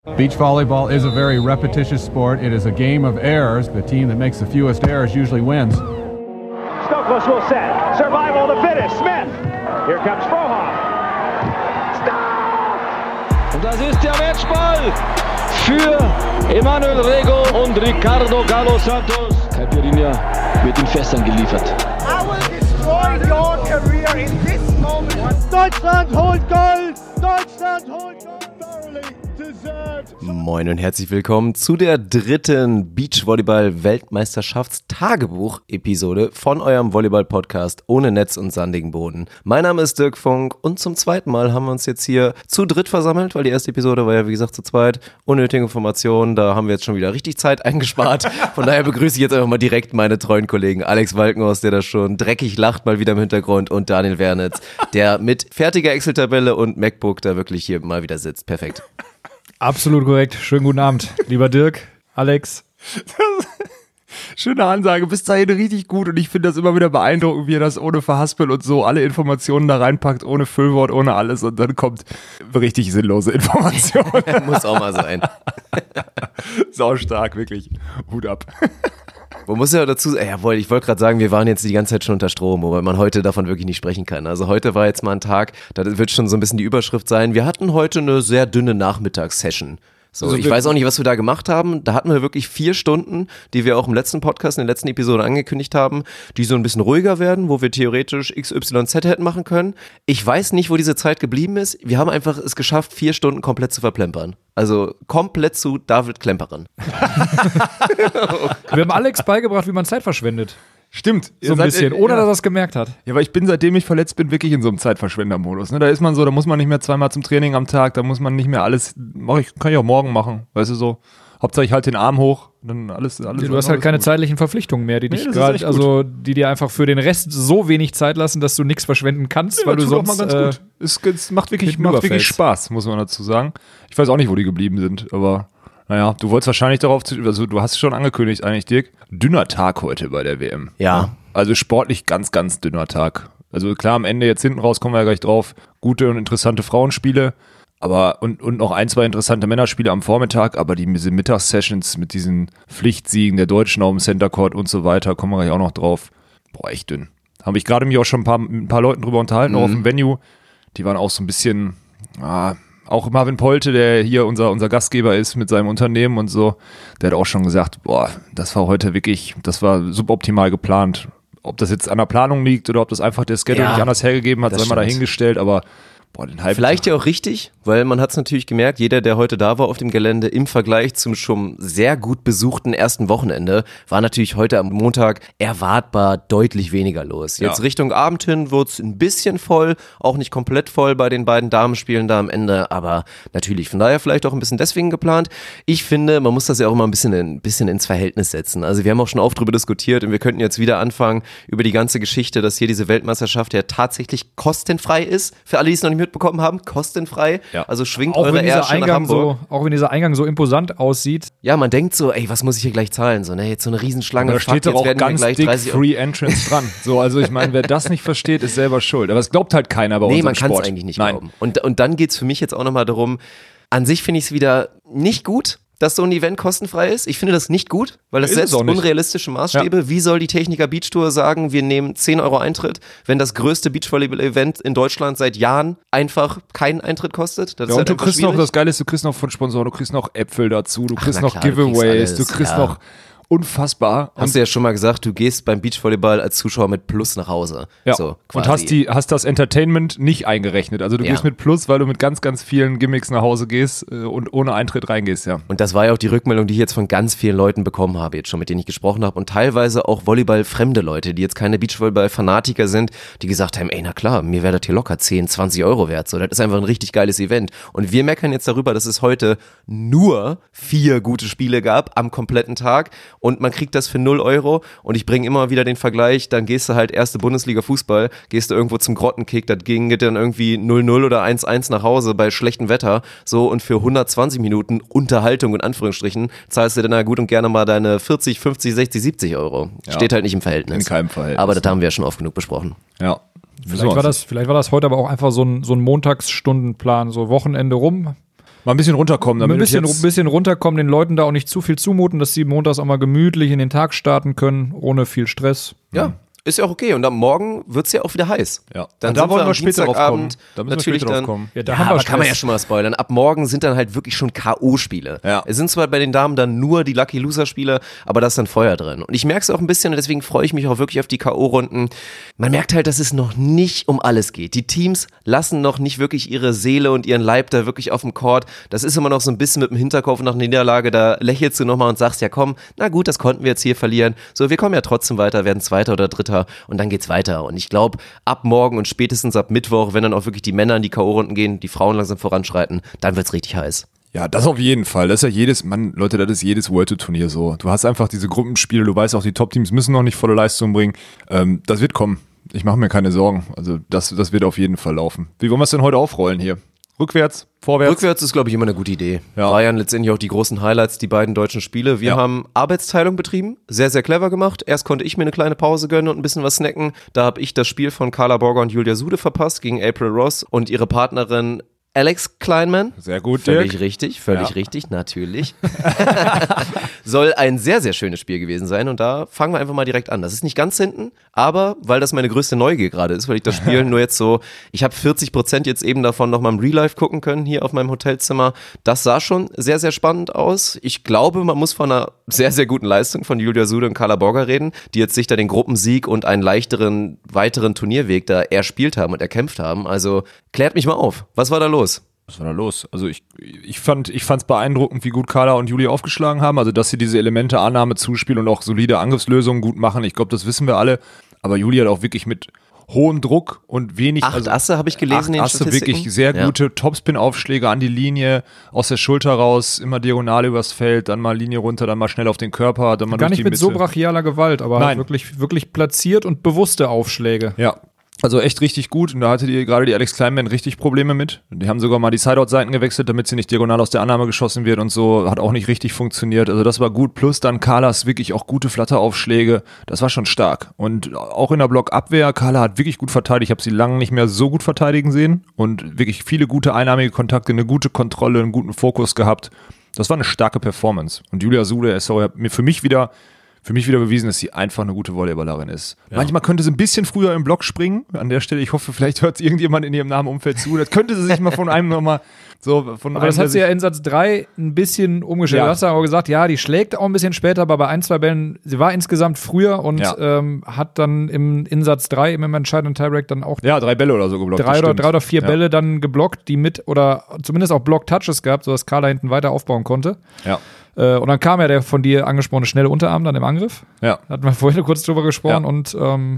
Beach volleyball is a very repetitious sport. It is a game of errors. The team that makes the fewest errors usually wins. Stokos will set. Survival to finish. Smith. Here comes Frohoff. Stop! Und das ist der Matchball für Emanuel Rego und Ricardo Galo Santos. Caipirinha wird in Fässern geliefert. I will destroy your career in this moment. Deutschland holt Gold! Deutschland holt Gold! Moin und herzlich willkommen zu der dritten Beachvolleyball-Weltmeisterschafts-Tagebuch-Episode von eurem Volleyball-Podcast ohne Netz und sandigen Boden. Mein Name ist Dirk Funk und zum zweiten Mal haben wir uns jetzt hier zu dritt versammelt, weil die erste Episode war ja wie gesagt zu zweit. Unnötige Informationen, da haben wir jetzt schon wieder richtig Zeit eingespart. Von daher begrüße ich jetzt einfach mal direkt meine treuen Kollegen Alex Walkenhorst, der da schon dreckig lacht, mal wieder im Hintergrund, und Daniel Wernitz, der mit fertiger Excel-Tabelle und MacBook da wirklich hier mal wieder sitzt. Perfekt. Absolut korrekt. Schönen guten Abend, lieber Dirk, Alex. Schöne Ansage, bis dahin richtig gut, und ich finde das immer wieder beeindruckend, wie er das ohne Verhaspeln und so alle Informationen da reinpackt, ohne Füllwort, ohne alles, und dann kommt richtig sinnlose Information. Muss auch mal sein. Sau stark, wirklich. Hut ab. Man muss ja dazu sagen, jawohl, ich wollte gerade sagen, wir waren jetzt die ganze Zeit schon unter Strom, wobei man heute davon wirklich nicht sprechen kann. Also heute war jetzt mal ein Tag, da wird schon so ein bisschen die Überschrift sein, wir hatten heute eine sehr dünne Nachmittagssession. So, also ich weiß auch nicht, was wir da gemacht haben. Da hatten wir wirklich 4 Stunden, die wir auch im letzten Podcast, in der letzten Episode angekündigt haben, die so ein bisschen ruhiger werden, wo wir theoretisch XYZ hätten machen können. Ich weiß nicht, wo diese Zeit geblieben ist. Wir haben einfach es geschafft, 4 Stunden komplett zu verplempern. Also komplett zu David Klemperer. Wir haben Alex beigebracht, wie man Zeit verschwendet. Stimmt. So ein bisschen, ohne dass er es gemerkt hat. Ja, aber ich bin, seitdem ich verletzt bin, wirklich in so einem Zeitverschwender-Modus. Ne? Da ist man so, da muss man nicht mehr zweimal zum Training am Tag, da muss man nicht mehr alles, kann ich auch morgen machen, weißt du so. Hauptsache ich halte den Arm hoch, dann alles. Du hast halt keine zeitlichen Verpflichtungen mehr, die dich gerade, also die dir einfach für den Rest so wenig Zeit lassen, dass du nichts verschwenden kannst, weil du sonst. Auch mal ganz gut. Es macht wirklich Spaß, muss man dazu sagen. Ich weiß auch nicht, wo die geblieben sind, aber. Naja, du wolltest wahrscheinlich also du hast schon angekündigt eigentlich, Dirk, dünner Tag heute bei der WM. Ja. Also sportlich ganz, ganz dünner Tag. Also klar, am Ende jetzt hinten raus kommen wir ja gleich drauf, gute und interessante Frauenspiele, aber und noch 1, 2 interessante Männerspiele am Vormittag, aber diese Mittagssessions mit diesen Pflichtsiegen der Deutschen auf dem Center Court und so weiter, kommen wir gleich auch noch drauf. Boah, echt dünn. Habe ich gerade mich auch schon mit ein paar Leuten drüber unterhalten, auch auf dem Venue. Die waren auch so ein bisschen, auch Marvin Polte, der hier unser Gastgeber ist mit seinem Unternehmen und so, der hat auch schon gesagt, boah, das war heute wirklich, das war suboptimal geplant. Ob das jetzt an der Planung liegt oder ob das einfach der Schedule nicht anders hergegeben hat, sei mal dahingestellt, aber boah, den halben Vielleicht ja auch richtig, weil man hat es natürlich gemerkt, jeder, der heute da war auf dem Gelände, im Vergleich zum schon sehr gut besuchten ersten Wochenende, war natürlich heute am Montag erwartbar deutlich weniger los. Jetzt Richtung Abend hin wurde es ein bisschen voll, auch nicht komplett voll bei den beiden Damenspielen da am Ende, aber natürlich, von daher vielleicht auch ein bisschen deswegen geplant. Ich finde, man muss das ja auch immer ein bisschen ins Verhältnis setzen. Also wir haben auch schon oft drüber diskutiert und wir könnten jetzt wieder anfangen über die ganze Geschichte, dass hier diese Weltmeisterschaft ja tatsächlich kostenfrei ist, für alle, die es noch nicht mitbekommen haben, kostenfrei. Ja. Also schwingt auch eure Ärsche nach Hamburg. Auch wenn dieser Eingang so imposant aussieht. Ja, man denkt so, ey, was muss ich hier gleich zahlen? So, ne, jetzt so eine Riesenschlange. Da steht doch auch ganz dick Free Entrance dran. So, also ich meine, wer das nicht versteht, ist selber schuld. Aber es glaubt halt keiner bei unserem Sport. Nee, man kann es eigentlich nicht glauben. Und dann geht's für mich jetzt auch nochmal darum, an sich finde ich es wieder nicht gut, dass so ein Event kostenfrei ist. Ich finde das nicht gut, weil das setzt unrealistische Maßstäbe. Ja. Wie soll die Techniker Beach Tour sagen, wir nehmen 10 € Eintritt, wenn das größte Beachvolleyball-Event in Deutschland seit Jahren einfach keinen Eintritt kostet? Das ist und halt du kriegst noch, das Geile ist, du kriegst noch von Sponsoren, du kriegst noch Äpfel dazu, du kriegst noch Giveaways, du kriegst noch unfassbar. Hast du ja schon mal gesagt, du gehst beim Beachvolleyball als Zuschauer mit Plus nach Hause. Ja, so, und hast das Entertainment nicht eingerechnet. Also du gehst mit Plus, weil du mit ganz, ganz vielen Gimmicks nach Hause gehst und ohne Eintritt reingehst, ja. Und das war ja auch die Rückmeldung, die ich jetzt von ganz vielen Leuten bekommen habe, jetzt schon, mit denen ich gesprochen habe, und teilweise auch Volleyball-fremde Leute, die jetzt keine Beachvolleyball-Fanatiker sind, die gesagt haben, ey, na klar, mir wäre das hier locker 10, 20 € wert. So, das ist einfach ein richtig geiles Event. Und wir meckern jetzt darüber, dass es heute nur 4 gute Spiele gab am kompletten Tag und man kriegt das für 0 €, und ich bringe immer wieder den Vergleich, dann gehst du halt erste Bundesliga Fußball, gehst du irgendwo zum Grottenkick, das ging dann irgendwie 0-0 oder 1-1 nach Hause bei schlechtem Wetter, so, und für 120 Minuten Unterhaltung in Anführungsstrichen zahlst du dann ja gut und gerne mal deine 40, 50, 60, 70 €. Ja. Steht halt nicht im Verhältnis. In keinem Verhältnis. Aber das haben wir ja schon oft genug besprochen. Ja. Vielleicht war das heute aber auch einfach so ein Montagsstundenplan, so Wochenende rum. Mal ein bisschen runterkommen. Damit ein bisschen runterkommen, den Leuten da auch nicht zu viel zumuten, dass sie montags auch mal gemütlich in den Tag starten können, ohne viel Stress. Ja. Ist ja auch okay. Und am Morgen wird es ja auch wieder heiß. Ja. Dann da wollen wir später drauf kommen. Da müssen natürlich wir später drauf kommen. Ja, da haben wir aber kann man ja schon mal spoilern. Ab morgen sind dann halt wirklich schon K.O.-Spiele. Ja. Es sind zwar bei den Damen dann nur die Lucky-Loser-Spiele, aber da ist dann Feuer drin. Und ich merke es auch ein bisschen und deswegen freue ich mich auch wirklich auf die K.O.-Runden. Man merkt halt, dass es noch nicht um alles geht. Die Teams lassen noch nicht wirklich ihre Seele und ihren Leib da wirklich auf dem Court. Das ist immer noch so ein bisschen mit dem Hinterkopf nach einer Niederlage. Da lächelst du nochmal und sagst, ja komm, na gut, das konnten wir jetzt hier verlieren. So, wir kommen ja trotzdem weiter, werden Zweiter oder Dritter und dann geht's weiter. Und ich glaube, ab morgen und spätestens ab Mittwoch, wenn dann auch wirklich die Männer in die K.O.-Runden gehen, die Frauen langsam voranschreiten, dann wird's richtig heiß. Ja, das auf jeden Fall. Das ist ja Leute, das ist jedes World Tour Turnier so. Du hast einfach diese Gruppenspiele, du weißt auch, die Top-Teams müssen noch nicht volle Leistung bringen. Das wird kommen. Ich mache mir keine Sorgen. Also das wird auf jeden Fall laufen. Wie wollen wir es denn heute aufrollen hier? Rückwärts? Vorwärts? Rückwärts ist, glaube ich, immer eine gute Idee. Ja. War ja letztendlich auch die großen Highlights, die beiden deutschen Spiele. Wir haben Arbeitsteilung betrieben, sehr, sehr clever gemacht. Erst konnte ich mir eine kleine Pause gönnen und ein bisschen was snacken. Da habe ich das Spiel von Carla Borger und Julia Sude verpasst gegen April Ross und ihre Partnerin Alex Kleinman. Sehr gut, völlig Dirk. richtig, natürlich. Soll ein sehr, sehr schönes Spiel gewesen sein und da fangen wir einfach mal direkt an. Das ist nicht ganz hinten, aber weil das meine größte Neugier gerade ist, weil ich das Spiel nur jetzt so, ich habe 40% jetzt eben davon nochmal im Real Life gucken können hier auf meinem Hotelzimmer. Das sah schon sehr, sehr spannend aus. Ich glaube, man muss von einer sehr, sehr guten Leistung von Julia Sude und Carla Borger reden, die jetzt sich da den Gruppensieg und einen leichteren, weiteren Turnierweg da erspielt haben und erkämpft haben. Also klärt mich mal auf. Was war da los? Was war da los? Also ich fand's beeindruckend, wie gut Carla und Julia aufgeschlagen haben. Also dass sie diese Elemente Annahme, Zuspiel und auch solide Angriffslösungen gut machen. Ich glaube, das wissen wir alle. Aber Julia hat auch wirklich mit hohem Druck und wenig... 8 Asse habe ich gelesen in den Asse, wirklich sehr gute Topspin-Aufschläge an die Linie, aus der Schulter raus, immer diagonal übers Feld, dann mal Linie runter, dann mal schnell auf den Körper, dann mal gar durch nicht die mit so brachialer Gewalt, aber halt wirklich platziert und bewusste Aufschläge. Ja. Also echt richtig gut und da hatte gerade die Alex Kleinman richtig Probleme mit. Die haben sogar mal die Sideout-Seiten gewechselt, damit sie nicht diagonal aus der Annahme geschossen wird und so. Hat auch nicht richtig funktioniert. Also das war gut. Plus dann Carlas wirklich auch gute Flatteraufschläge. Das war schon stark. Und auch in der Blockabwehr, Carla hat wirklich gut verteidigt. Ich habe sie lange nicht mehr so gut verteidigen sehen und wirklich viele gute einnahmige Kontakte, eine gute Kontrolle, einen guten Fokus gehabt. Das war eine starke Performance. Und Julia Sude, hat mir für mich wieder bewiesen, dass sie einfach eine gute Volleyballerin ist. Ja. Manchmal könnte sie ein bisschen früher im Block springen. An der Stelle, ich hoffe, vielleicht hört irgendjemand in ihrem nahen Umfeld zu. Das könnte sie sich mal von einem nochmal so... Aber das hat sie ja in Satz 3 ein bisschen umgestellt. Ja. Du hast ja auch gesagt, ja, die schlägt auch ein bisschen später, aber bei 1, 2 Bällen, sie war insgesamt früher und hat dann in Satz 3 im entscheidenden Tiebreak dann auch 3 Bälle oder so geblockt. 3 oder 4 Bälle dann geblockt, die mit oder zumindest auch Block-Touches gehabt, sodass Carla hinten weiter aufbauen konnte. Ja. Und dann kam ja der von dir angesprochene schnelle Unterarm dann im Angriff. Ja. Hatten wir vorhin kurz drüber gesprochen und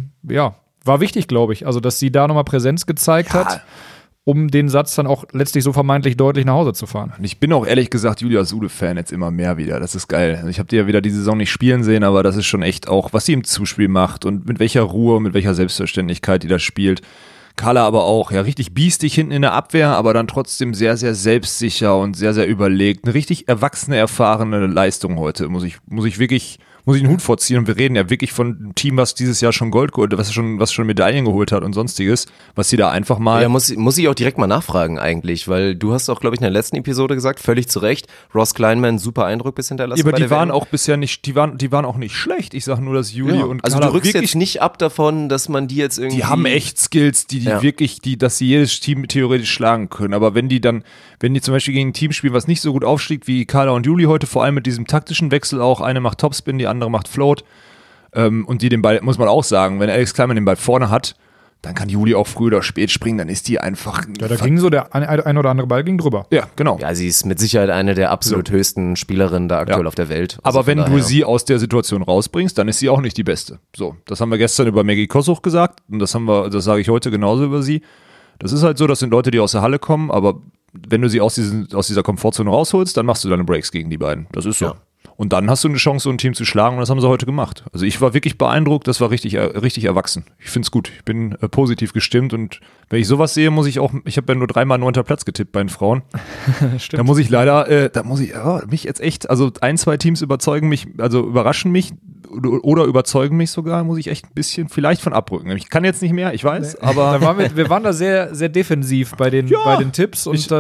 war wichtig, glaube ich. Also, dass sie da nochmal Präsenz gezeigt hat, um den Satz dann auch letztlich so vermeintlich deutlich nach Hause zu fahren. Und ich bin auch ehrlich gesagt Julia Sude-Fan jetzt immer mehr wieder. Das ist geil. Also ich habe die ja wieder die Saison nicht spielen sehen, aber das ist schon echt auch, was sie im Zuspiel macht und mit welcher Ruhe, mit welcher Selbstverständlichkeit die das spielt. Carla aber auch, ja, richtig biestig hinten in der Abwehr, aber dann trotzdem sehr, sehr selbstsicher und sehr, sehr überlegt. Eine richtig erwachsene, erfahrene Leistung heute, muss ich den Hut vorziehen. Und wir reden ja wirklich von einem Team, was dieses Jahr schon Gold geholt hat, was schon Medaillen geholt hat und sonstiges, was sie da einfach mal... Ja, muss ich auch direkt mal nachfragen eigentlich, weil du hast auch, glaube ich, in der letzten Episode gesagt, völlig zu Recht, Ross Kleinman, super Eindruck bis hinterlassen. Ja, aber die waren auch bisher nicht, die waren auch nicht schlecht. Ich sag nur, dass Julia und also Carla du rückst wirklich, jetzt nicht ab davon, dass man die jetzt irgendwie... Die haben echt Skills, dass sie jedes Team theoretisch schlagen können. Aber wenn die zum Beispiel gegen ein Team spielen, was nicht so gut aufschlägt wie Carla und Juli heute, vor allem mit diesem taktischen Wechsel auch, eine macht Topspin, die andere macht Float, und die den Ball, muss man auch sagen, wenn Alex Kleinman den Ball vorne hat, dann kann Juli auch früh oder spät springen, dann ist die einfach... Ja, da ging so der ein oder andere Ball ging drüber. Ja, genau. Ja, sie ist mit Sicherheit eine der absolut höchsten Spielerinnen da aktuell auf der Welt. Also aber wenn du sie aus der Situation rausbringst, dann ist sie auch nicht die Beste. So, das haben wir gestern über Maggie Kosuch gesagt und das sage ich heute genauso über sie. Das ist halt so, das sind Leute, die aus der Halle kommen, aber wenn du sie aus dieser Komfortzone rausholst, dann machst du deine Breaks gegen die beiden. Das ist so. Ja. Und dann hast du eine Chance, so ein Team zu schlagen und das haben sie heute gemacht. Also ich war wirklich beeindruckt, das war richtig erwachsen. Ich finde es gut, ich bin positiv gestimmt und wenn ich sowas sehe, ich habe ja nur 3-mal 9. Platz getippt bei den Frauen. Stimmt. Da muss ich leider, mich jetzt echt, also 1-2 Teams überraschen mich oder überzeugen mich sogar, muss ich echt ein bisschen vielleicht von abrücken. Ich kann jetzt nicht mehr, ich weiß, aber... Wir waren da sehr, sehr defensiv bei den Tipps und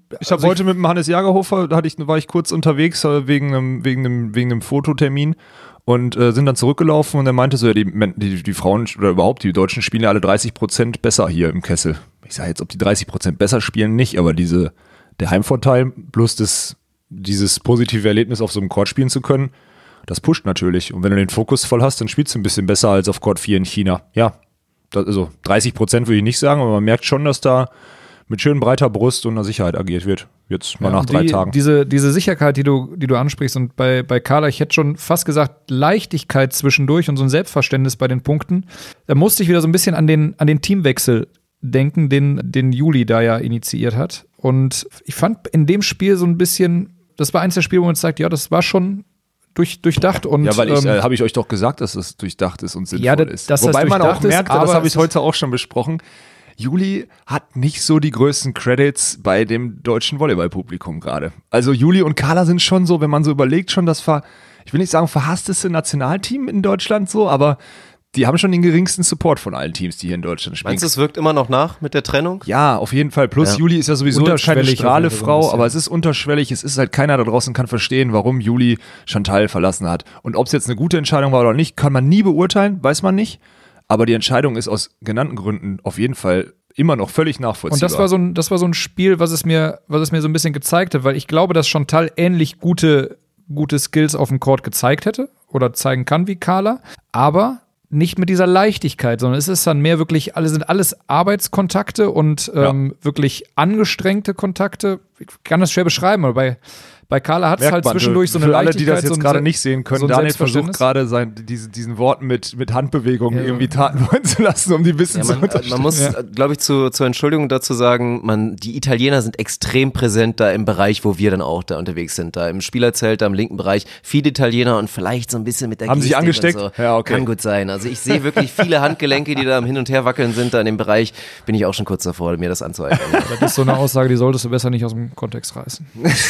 Ich habe heute mit dem Hannes Jagerhofer, war ich kurz unterwegs wegen einem Fototermin und sind dann zurückgelaufen und er meinte so, ja, die Frauen oder überhaupt die Deutschen spielen ja alle 30% besser hier im Kessel. Ich sage jetzt, ob die 30% besser spielen, nicht, aber der Heimvorteil plus dieses positive Erlebnis auf so einem Court spielen zu können, das pusht natürlich. Und wenn du den Fokus voll hast, dann spielst du ein bisschen besser als auf Court 4 in China. Ja, also 30% würde ich nicht sagen, aber man merkt schon, dass da mit schön breiter Brust und einer Sicherheit agiert wird. Jetzt mal nach 3 Tagen. Diese Sicherheit, die du ansprichst, und bei Carla, ich hätte schon fast gesagt, Leichtigkeit zwischendurch und so ein Selbstverständnis bei den Punkten. Da musste ich wieder so ein bisschen an den Teamwechsel denken, den Juli da ja initiiert hat. Und ich fand in dem Spiel so ein bisschen, das war eins der Spiele, wo man sagt, ja, das war schon durchdacht. Und, ja, weil habe ich euch doch gesagt, dass es durchdacht ist und sinnvoll ist. Wobei man auch merkt, das habe ich heute auch schon besprochen, Juli hat nicht so die größten Credits bei dem deutschen Volleyballpublikum gerade. Also Juli und Carla sind schon so, wenn man so überlegt, schon das ich will nicht sagen verhassteste Nationalteam in Deutschland so, aber die haben schon den geringsten Support von allen Teams, die hier in Deutschland spielen. Meinst du, es wirkt immer noch nach mit der Trennung? Ja, auf jeden Fall. Plus Juli ist ja sowieso keine Strahlefrau, aber es ist unterschwellig. Es ist halt, keiner da draußen kann verstehen, warum Juli Chantal verlassen hat. Und ob es jetzt eine gute Entscheidung war oder nicht, kann man nie beurteilen, weiß man nicht. Aber die Entscheidung ist aus genannten Gründen auf jeden Fall immer noch völlig nachvollziehbar. Und das war so ein Spiel, was es mir so ein bisschen gezeigt hat, weil ich glaube, dass Chantal ähnlich gute Skills auf dem Court gezeigt hätte oder zeigen kann wie Carla, aber nicht mit dieser Leichtigkeit, sondern es ist dann mehr wirklich, sind alles Arbeitskontakte und wirklich angestrengte Kontakte. Ich kann das schwer beschreiben, aber bei Carla hat es halt zwischendurch so eine Leichtigkeit. Für alle, die das jetzt gerade nicht sehen können, Daniel versucht gerade diesen Worten mit Handbewegungen irgendwie Taten wollen zu lassen, um die ein bisschen zu unterstützen. Man muss, glaube ich, zur Entschuldigung dazu sagen, die Italiener sind extrem präsent da im Bereich, wo wir dann auch da unterwegs sind. Da im Spielerzelt, da im linken Bereich, viele Italiener und vielleicht so ein bisschen mit der Gestik. Haben sich angesteckt? So. Ja, okay. Kann gut sein. Also ich sehe wirklich viele Handgelenke, die da am Hin- und Herwackeln sind, da in dem Bereich. Bin ich auch schon kurz davor, mir das anzueignen. Das ist so eine Aussage, die solltest du besser nicht aus dem Kontext reißen.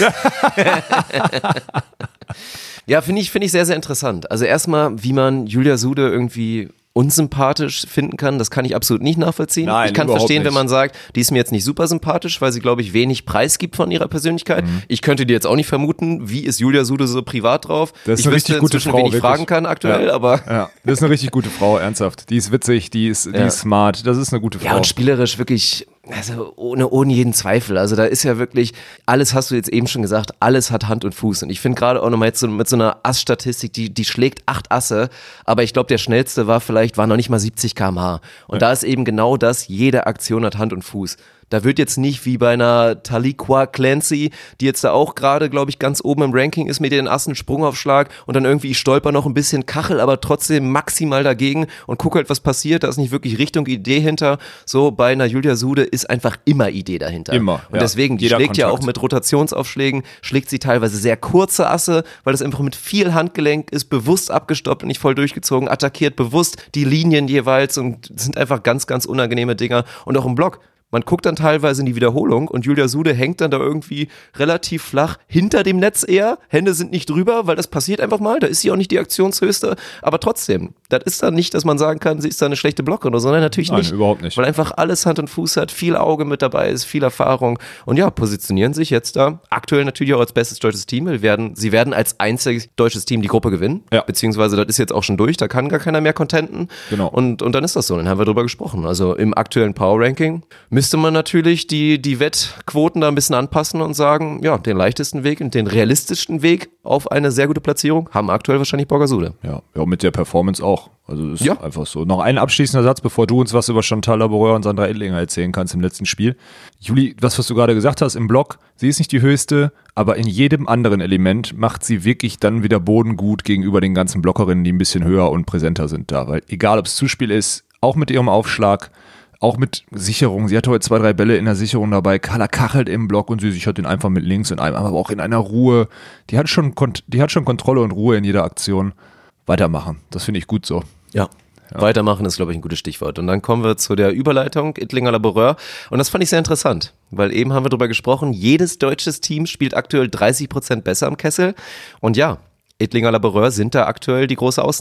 Ja, finde ich sehr, sehr interessant. Also erstmal, wie man Julia Sude irgendwie unsympathisch finden kann, das kann ich absolut nicht nachvollziehen. Nein, ich kann verstehen, wenn man sagt, die ist mir jetzt nicht super sympathisch, weil sie, glaube ich, wenig Preis gibt von ihrer Persönlichkeit. Ich könnte dir jetzt auch nicht vermuten, wie ist Julia Sude so privat drauf. Das ist eine richtig gute Frau, wen ich fragen kann aktuell, aber... Ja, das ist eine richtig gute Frau, ernsthaft. Die ist witzig, die ist smart, das ist eine gute Frau. Ja, und spielerisch wirklich... Also ohne jeden Zweifel. Also da ist ja wirklich, alles hast du jetzt eben schon gesagt, alles hat Hand und Fuß. Und ich finde gerade auch nochmal jetzt so mit so einer Ass-Statistik, die schlägt 8 Asse, aber ich glaube, der schnellste war noch nicht mal 70 km/h. Und da ist eben genau das, jede Aktion hat Hand und Fuß. Da wird jetzt nicht wie bei einer Taliqua Clancy, die jetzt da auch gerade, glaube ich, ganz oben im Ranking ist mit den Assen, Sprungaufschlag und dann irgendwie, ich stolper noch ein bisschen Kachel, aber trotzdem maximal dagegen und gucke halt, was passiert. Da ist nicht wirklich Richtung Idee hinter. So bei einer Julia Sude ist einfach immer Idee dahinter. Immer. Und deswegen, die schlägt ja auch mit Rotationsaufschlägen, schlägt sie teilweise sehr kurze Asse, weil das einfach mit viel Handgelenk ist, bewusst abgestoppt und nicht voll durchgezogen, attackiert bewusst die Linien jeweils und sind einfach ganz, ganz unangenehme Dinger. Und auch im Block. Man guckt dann teilweise in die Wiederholung und Julia Sude hängt dann da irgendwie relativ flach hinter dem Netz eher. Hände sind nicht drüber, weil das passiert einfach mal. Da ist sie auch nicht die Aktionshöchste. Aber trotzdem, das ist dann nicht, dass man sagen kann, sie ist da eine schlechte Blockerin oder so. Nein, natürlich nicht. Nein, überhaupt nicht. Weil einfach alles Hand und Fuß hat, viel Auge mit dabei ist, viel Erfahrung. Und ja, positionieren sich jetzt da aktuell natürlich auch als bestes deutsches Team. Sie werden als einziges deutsches Team die Gruppe gewinnen. Ja. Beziehungsweise das ist jetzt auch schon durch. Da kann gar keiner mehr contenten. Genau. Und dann ist das so. Dann haben wir drüber gesprochen. Also im aktuellen Power-Ranking müsste man natürlich die Wettquoten da ein bisschen anpassen und sagen, ja, den leichtesten Weg und den realistischsten Weg auf eine sehr gute Platzierung haben aktuell wahrscheinlich Borgasude. Ja, mit der Performance auch. Also das ist einfach so. Noch ein abschließender Satz, bevor du uns was über Chantal Laboureur und Sandra Edlinger erzählen kannst im letzten Spiel. Juli, was du gerade gesagt hast, im Block, sie ist nicht die höchste, aber in jedem anderen Element macht sie wirklich dann wieder Boden gut gegenüber den ganzen Blockerinnen, die ein bisschen höher und präsenter sind da. Weil egal, ob es Zuspiel ist, auch mit ihrem Aufschlag, auch mit Sicherung. Sie hatte heute 2, 3 Bälle in der Sicherung dabei. Carla kachelt im Block und sie sichert den einfach mit links in einem, aber auch in einer Ruhe. Die hat schon Kontrolle und Ruhe in jeder Aktion. Weitermachen. Das finde ich gut so. Ja. Weitermachen ist, glaube ich, ein gutes Stichwort. Und dann kommen wir zu der Überleitung, Ettlinger Laboureur. Und das fand ich sehr interessant, weil eben haben wir darüber gesprochen, jedes deutsches Team spielt aktuell 30% besser am Kessel. Und ja, Ettlinger Laboureur sind da aktuell die große Ausnahme.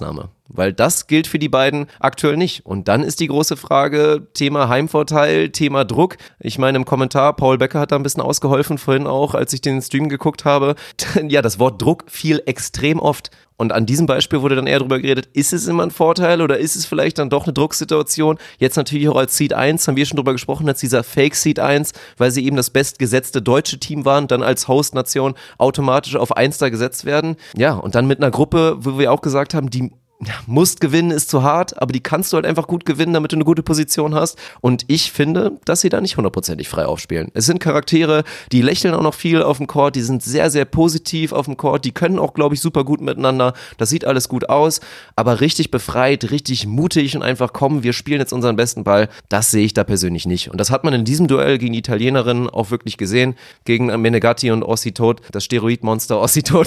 weil das gilt für die beiden aktuell nicht. Und dann ist die große Frage, Thema Heimvorteil, Thema Druck. Ich meine, im Kommentar, Paul Becker hat da ein bisschen ausgeholfen vorhin auch, als ich den Stream geguckt habe. Ja, das Wort Druck fiel extrem oft. Und an diesem Beispiel wurde dann eher darüber geredet, ist es immer ein Vorteil oder ist es vielleicht dann doch eine Drucksituation? Jetzt natürlich auch als Seed 1, haben wir schon drüber gesprochen, als dieser Fake Seed 1, weil sie eben das bestgesetzte deutsche Team waren, dann als Host-Nation automatisch auf 1 da gesetzt werden. Ja, und dann mit einer Gruppe, wo wir auch gesagt haben, die musst gewinnen, ist zu hart, aber die kannst du halt einfach gut gewinnen, damit du eine gute Position hast. Und ich finde, dass sie da nicht 100%ig frei aufspielen. Es sind Charaktere, die lächeln auch noch viel auf dem Court, die sind sehr, sehr positiv auf dem Court, die können auch, glaube ich, super gut miteinander. Das sieht alles gut aus, aber richtig befreit, richtig mutig und einfach kommen, wir spielen jetzt unseren besten Ball, das sehe ich da persönlich nicht. Und das hat man in diesem Duell gegen die Italienerinnen auch wirklich gesehen, gegen Menegatti und Ossi Tot, das Steroidmonster Ossi Tot.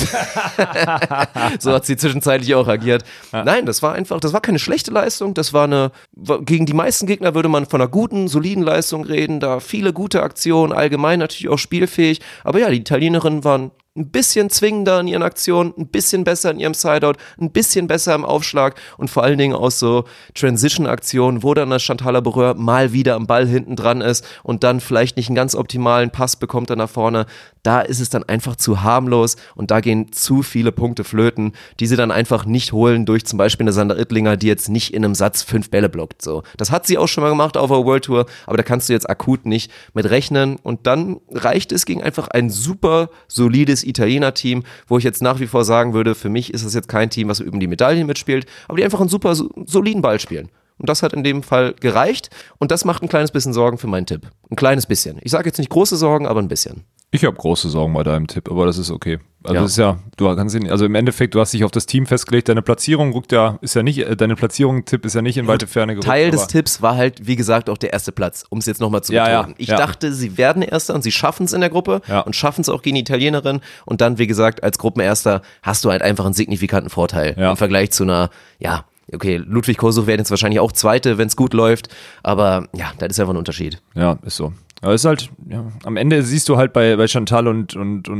So hat sie zwischenzeitlich auch agiert. Nein, das war keine schlechte Leistung, gegen die meisten Gegner würde man von einer guten, soliden Leistung reden, da viele gute Aktionen, allgemein natürlich auch spielfähig, aber ja, die Italienerinnen waren ein bisschen zwingender in ihren Aktionen, ein bisschen besser in ihrem Sideout, ein bisschen besser im Aufschlag und vor allen Dingen aus so Transition-Aktionen, wo dann der Chantal Laboureur mal wieder am Ball hinten dran ist und dann vielleicht nicht einen ganz optimalen Pass bekommt dann nach vorne. Da ist es dann einfach zu harmlos und da gehen zu viele Punkte flöten, die sie dann einfach nicht holen durch zum Beispiel eine Sandra Ittlinger, die jetzt nicht in einem Satz 5 Bälle blockt. So. Das hat sie auch schon mal gemacht auf der World Tour, aber da kannst du jetzt akut nicht mit rechnen und dann reicht es gegen einfach ein super solides Italiener-Team, wo ich jetzt nach wie vor sagen würde, für mich ist das jetzt kein Team, was über die Medaillen mitspielt, aber die einfach einen super soliden Ball spielen. Und das hat in dem Fall gereicht und das macht ein kleines bisschen Sorgen für meinen Tipp. Ein kleines bisschen. Ich sage jetzt nicht große Sorgen, aber ein bisschen. Ich habe große Sorgen bei deinem Tipp, aber das ist okay. Also Ja. das ist ja, du kannst ihn, also im Endeffekt, du hast dich auf das Team festgelegt, deine Platzierung deine Platzierung-Tipp ist ja nicht in weite Ferne gerückt. Teil des Tipps war halt, wie gesagt, auch der erste Platz, um es jetzt nochmal zu betonen. Ich dachte, sie werden Erster und sie schaffen es in der Gruppe und schaffen es auch gegen die Italienerin und dann, wie gesagt, als Gruppenerster hast du halt einfach einen signifikanten Vorteil im Vergleich zu einer, okay, Ludwig Kosow werden jetzt wahrscheinlich auch Zweite, wenn es gut läuft, aber ja, das ist einfach ein Unterschied. Ja, ist so. Aber es ist halt, am Ende siehst du halt bei Chantal und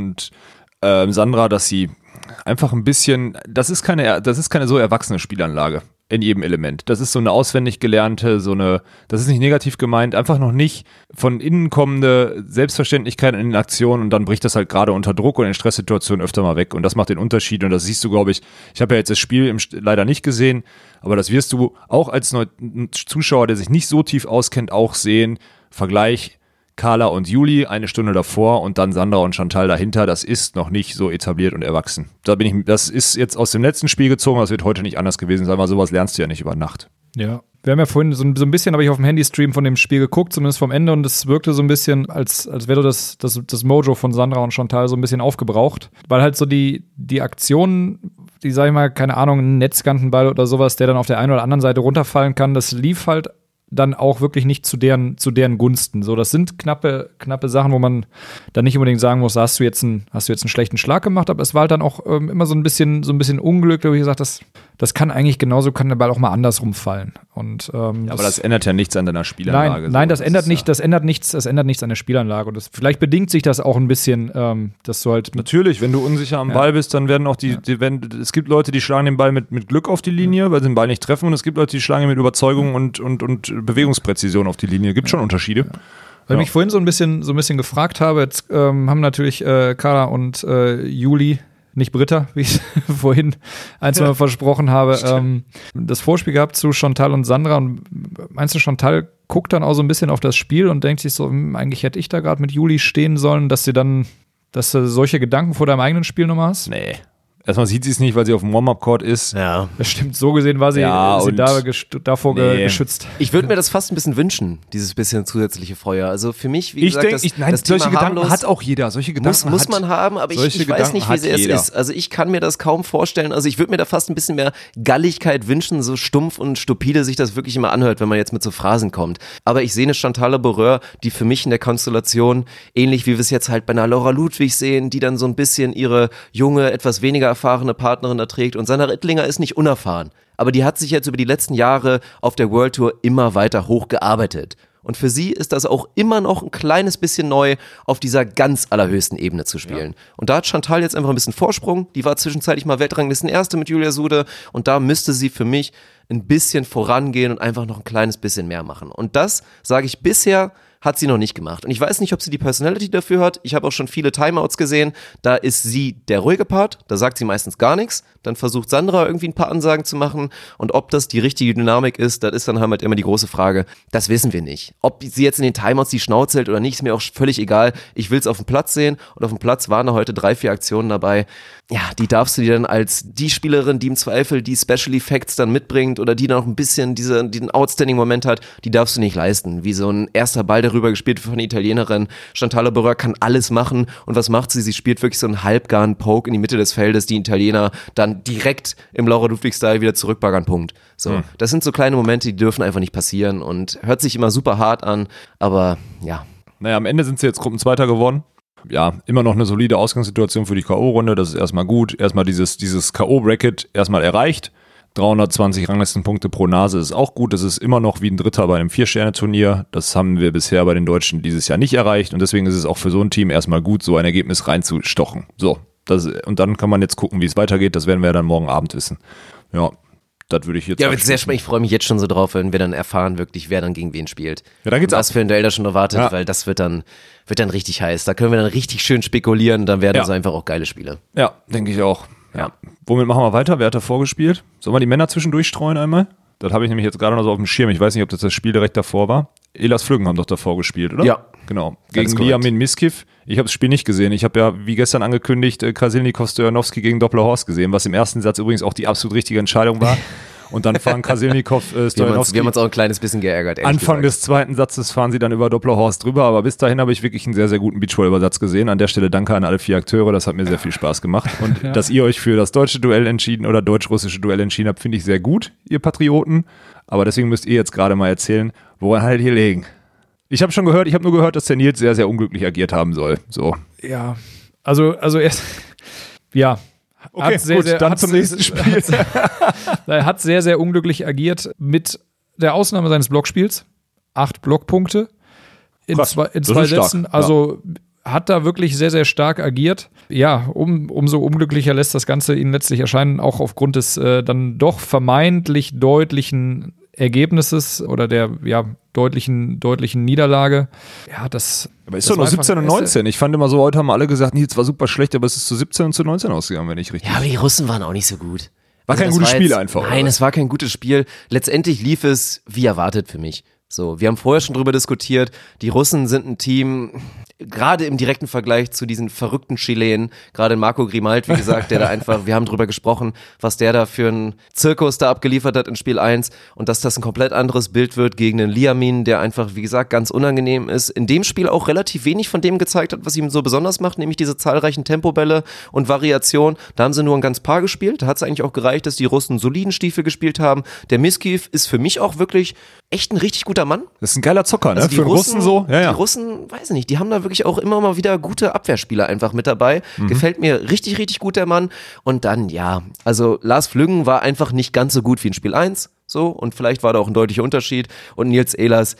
Sandra, dass sie einfach ein bisschen, das ist keine so erwachsene Spielanlage in jedem Element. Das ist so eine auswendig gelernte, das ist nicht negativ gemeint, einfach noch nicht von innen kommende Selbstverständlichkeit in den Aktionen und dann bricht das halt gerade unter Druck und in Stresssituationen öfter mal weg und das macht den Unterschied und das siehst du, glaube ich habe ja jetzt das Spiel leider nicht gesehen, aber das wirst du auch als Zuschauer, der sich nicht so tief auskennt, auch sehen. Vergleich Carla und Juli eine Stunde davor und dann Sandra und Chantal dahinter, das ist noch nicht so etabliert und erwachsen. Das ist jetzt aus dem letzten Spiel gezogen, das wird heute nicht anders gewesen sein, weil sowas lernst du ja nicht über Nacht. Ja. Wir haben ja vorhin so ein bisschen, habe ich auf dem Handystream von dem Spiel geguckt, zumindest vom Ende, und es wirkte so ein bisschen, als wäre das Mojo von Sandra und Chantal so ein bisschen aufgebraucht, weil halt so die Aktionen, die, sag ich mal, keine Ahnung, ein Netzkantenball oder sowas, der dann auf der einen oder anderen Seite runterfallen kann, das lief halt dann auch wirklich nicht zu deren Gunsten. So, das sind knappe Sachen, wo man dann nicht unbedingt sagen muss, hast du jetzt einen schlechten Schlag gemacht, aber es war halt dann auch immer so ein bisschen Unglück, wo ich gesagt, das kann eigentlich genauso, kann der Ball auch mal andersrum fallen. Und, aber das ändert ja nichts an deiner Spielanlage. Nein, das ändert nichts an der Spielanlage. Und vielleicht bedingt sich das auch ein bisschen, dass du halt. Natürlich, wenn du unsicher am Ball bist, dann werden auch es gibt Leute, die schlagen den Ball mit Glück auf die Linie, weil sie den Ball nicht treffen, und es gibt Leute, die schlagen ihn mit Überzeugung und Bewegungspräzision auf die Linie. Gibt schon Unterschiede. Weil ich mich vorhin so ein bisschen gefragt habe, jetzt haben natürlich Carla und Juli, nicht Britta, wie ich vorhin ein, zwei Mal versprochen habe, das Vorspiel gehabt zu Chantal und Sandra. Und meinst du, Chantal guckt dann auch so ein bisschen auf das Spiel und denkt sich so, eigentlich hätte ich da gerade mit Juli stehen sollen, dass du solche Gedanken vor deinem eigenen Spiel nochmal hast? Nee. Erstmal sieht sie es nicht, weil sie auf dem Warm-Up-Court ist. Ja. Das stimmt, so gesehen war sie davor geschützt. Ich würde mir das fast ein bisschen wünschen, dieses bisschen zusätzliche Feuer. Also für mich, wie gesagt, solche Gedanken hat auch jeder. Solche Gedanken muss man haben, aber ich weiß nicht, wie sehr es ist. Also ich kann mir das kaum vorstellen. Also ich würde mir da fast ein bisschen mehr Galligkeit wünschen, so stumpf und stupide sich das wirklich immer anhört, wenn man jetzt mit so Phrasen kommt. Aber ich sehe eine Chantal Laboureur, die für mich in der Konstellation, ähnlich wie wir es jetzt halt bei einer Laura Ludwig sehen, die dann so ein bisschen ihre junge, etwas weniger erfahrene Partnerin erträgt, und Sandra Ittlinger ist nicht unerfahren, aber die hat sich jetzt über die letzten Jahre auf der World Tour immer weiter hochgearbeitet. Und für sie ist das auch immer noch ein kleines bisschen neu, auf dieser ganz allerhöchsten Ebene zu spielen. Ja. Und da hat Chantal jetzt einfach ein bisschen Vorsprung. Die war zwischenzeitlich mal Weltranglisten-Erste mit Julia Sude. Und da müsste sie für mich ein bisschen vorangehen und einfach noch ein kleines bisschen mehr machen. Und das, sage ich, bisher hat sie noch nicht gemacht. Und ich weiß nicht, ob sie die Personality dafür hat. Ich habe auch schon viele Timeouts gesehen. Da ist sie der ruhige Part. Da sagt sie meistens gar nichts. Dann versucht Sandra irgendwie ein paar Ansagen zu machen. Und ob das die richtige Dynamik ist, das ist dann halt immer die große Frage. Das wissen wir nicht. Ob sie jetzt in den Timeouts die Schnauze hält oder nicht, ist mir auch völlig egal. Ich will es auf dem Platz sehen. Und auf dem Platz waren da heute 3-4 Aktionen dabei. Ja, die darfst du dir dann als die Spielerin, die im Zweifel die Special Effects dann mitbringt oder die dann noch ein bisschen diesen Outstanding-Moment hat, die darfst du nicht leisten. Wie so ein erster Ball darüber gespielt von einer Italienerin. Chantal Boreur kann alles machen. Und was macht sie? Sie spielt wirklich so einen halbgaren Poke in die Mitte des Feldes, die Italiener dann direkt im Laura Ludwig-Style wieder zurückbaggern. Punkt. So, das sind so kleine Momente, die dürfen einfach nicht passieren und hört sich immer super hart an, aber ja. Naja, am Ende sind sie jetzt Gruppenzweiter geworden. Ja, immer noch eine solide Ausgangssituation für die K.O.-Runde, das ist erstmal gut. Erstmal dieses K.O.-Bracket erstmal erreicht. 320 Ranglistenpunkte pro Nase ist auch gut. Das ist immer noch wie ein Dritter bei einem 4-Sterne-Turnier. Das haben wir bisher bei den Deutschen dieses Jahr nicht erreicht. Und deswegen ist es auch für so ein Team erstmal gut, so ein Ergebnis reinzustochen. So, und dann kann man jetzt gucken, wie es weitergeht. Das werden wir dann morgen Abend wissen. Ja, das würde ich jetzt. Ja, wird sehr spannend. Ich freue mich jetzt schon so drauf, wenn wir dann erfahren, wirklich, wer dann gegen wen spielt. Ja, dann geht's was für ein Duell da schon erwartet, weil das wird dann richtig heiß. Da können wir dann richtig schön spekulieren. Dann werden es einfach auch geile Spiele. Ja, denke ich auch. Ja. Womit machen wir weiter? Wer hat da vorgespielt? Sollen wir die Männer zwischendurch streuen einmal? Das habe ich nämlich jetzt gerade noch so auf dem Schirm. Ich weiß nicht, ob das Spiel direkt davor war. Elas Flüggen haben doch davor gespielt, oder? Ja. Genau. Gegen Liamin Miskiv. Ich habe das Spiel nicht gesehen. Ich habe ja, wie gestern angekündigt, Krasilnikov Stojanowski gegen Doppler-Horst gesehen, was im ersten Satz übrigens auch die absolut richtige Entscheidung war. Und dann fahren Krasilnikov, Stojanowski. Wir haben uns auch ein kleines bisschen geärgert. Anfang des zweiten Satzes fahren sie dann über Doppler-Horst drüber, aber bis dahin habe ich wirklich einen sehr, sehr guten Beachvolleyball-Satz gesehen. An der Stelle danke an alle 4 Akteure, das hat mir sehr viel Spaß gemacht. Und dass ihr euch für das deutsche Duell entschieden oder deutsch-russische Duell entschieden habt, finde ich sehr gut, ihr Patrioten. Aber deswegen müsst ihr jetzt gerade mal erzählen, woran halt hier liegen. Ich habe nur gehört, dass der Nils sehr, sehr unglücklich agiert haben soll. So. Ja, also erst, ja. Okay, zum nächsten Spiel. Er hat sehr, sehr unglücklich agiert mit der Ausnahme seines Blockspiels. 8 Blockpunkte in zwei Sätzen. Also hat da wirklich sehr, sehr stark agiert. Ja, umso unglücklicher lässt das Ganze ihn letztlich erscheinen, auch aufgrund des dann doch vermeintlich deutlichen Ergebnisses oder der deutlichen Niederlage. Ja, aber ist doch nur 17 und 19. Ich fand immer so, heute haben alle gesagt, Nils war super schlecht, aber es ist zu 17 und zu 19 ausgegangen, wenn ich richtig. Ja, aber die Russen waren auch nicht so gut. War kein gutes Spiel einfach. Nein, es war kein gutes Spiel. Letztendlich lief es wie erwartet für mich. So, wir haben vorher schon drüber diskutiert, die Russen sind ein Team, gerade im direkten Vergleich zu diesen verrückten Chilenen, gerade Marco Grimald, wie gesagt, der da einfach, wir haben drüber gesprochen, was der da für einen Zirkus da abgeliefert hat in Spiel 1 und dass das ein komplett anderes Bild wird gegen den Liamin, der einfach, wie gesagt, ganz unangenehm ist, in dem Spiel auch relativ wenig von dem gezeigt hat, was ihm so besonders macht, nämlich diese zahlreichen Tempobälle und Variationen. Da haben sie nur ein ganz paar gespielt, da hat es eigentlich auch gereicht, dass die Russen soliden Stiefel gespielt haben. Der Miskiv ist für mich auch wirklich echt ein richtig guter Mann. Das ist ein geiler Zocker, ne? Also für den Russen so. Ja. Die Russen, weiß ich nicht, die haben da wirklich auch immer mal wieder gute Abwehrspieler einfach mit dabei. Gefällt mir richtig, richtig gut, der Mann. Und dann, also Lars Flüggen war einfach nicht ganz so gut wie in Spiel 1. So, und vielleicht war da auch ein deutlicher Unterschied. Und Nils Ehlers,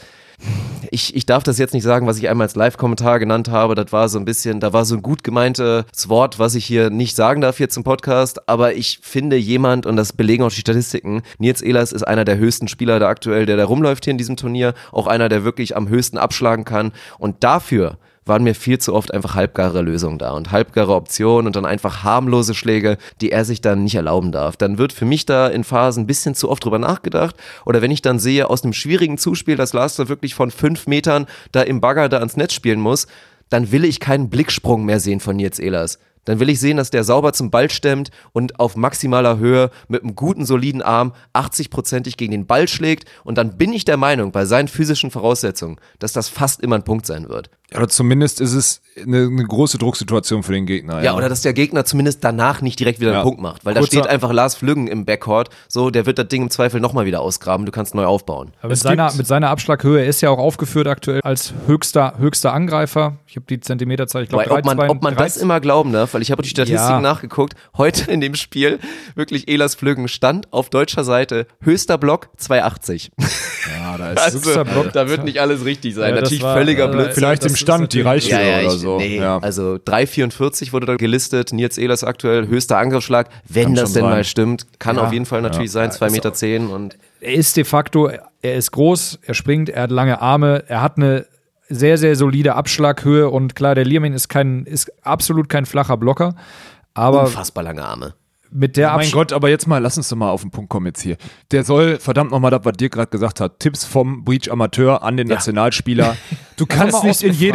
ich darf das jetzt nicht sagen, was ich einmal als Live-Kommentar genannt habe, da war so ein gut gemeintes Wort, was ich hier nicht sagen darf jetzt im Podcast, aber ich finde jemand, und das belegen auch die Statistiken, Nils Ehlers ist einer der höchsten Spieler da aktuell, der da rumläuft hier in diesem Turnier, auch einer, der wirklich am höchsten abschlagen kann und dafür waren mir viel zu oft einfach halbgare Lösungen da und halbgare Optionen und dann einfach harmlose Schläge, die er sich dann nicht erlauben darf. Dann wird für mich da in Phasen ein bisschen zu oft drüber nachgedacht oder wenn ich dann sehe, aus einem schwierigen Zuspiel, dass Lars da wirklich von 5 Metern da im Bagger da ans Netz spielen muss, dann will ich keinen Blicksprung mehr sehen von Nils Ehlers. Dann will ich sehen, dass der sauber zum Ball stemmt und auf maximaler Höhe mit einem guten, soliden Arm 80%ig gegen den Ball schlägt und dann bin ich der Meinung, bei seinen physischen Voraussetzungen, dass das fast immer ein Punkt sein wird. Ja, oder zumindest ist es eine große Drucksituation für den Gegner. Ja, oder dass der Gegner zumindest danach nicht direkt wieder einen Punkt macht. Weil da steht einfach Lars Flüggen im Backcourt, so, der wird das Ding im Zweifel nochmal wieder ausgraben, du kannst neu aufbauen. Aber mit seiner Abschlaghöhe ist ja auch aufgeführt aktuell als höchster Angreifer. Ich habe die Zentimeterzahl, ich glaube, ob man das immer glauben darf, weil ich habe die Statistik nachgeguckt, heute in dem Spiel wirklich Elas Flüggen stand auf deutscher Seite, höchster Block 2,80. Ja, da ist da wird nicht alles richtig sein. Ja, natürlich völliger Blödsinn. Vielleicht im Stand, die Reichweite oder so. Nee, also 3,44 wurde da gelistet, Nils Ehlers aktuell, höchster Angriffsschlag, wenn kann das denn sein. mal stimmt, kann auf jeden Fall natürlich sein, 2,10 Meter und er ist de facto, er ist groß, er springt, er hat lange Arme, er hat eine sehr, sehr solide Abschlaghöhe und klar, der Liermin ist absolut kein flacher Blocker, aber unfassbar lange Arme. Mit der mein Gott, aber jetzt mal, lass uns doch mal auf den Punkt kommen jetzt hier. Der soll, verdammt nochmal das, was Dirk gerade gesagt hat, Tipps vom Breach Amateur an den Nationalspieler. Du kannst nicht in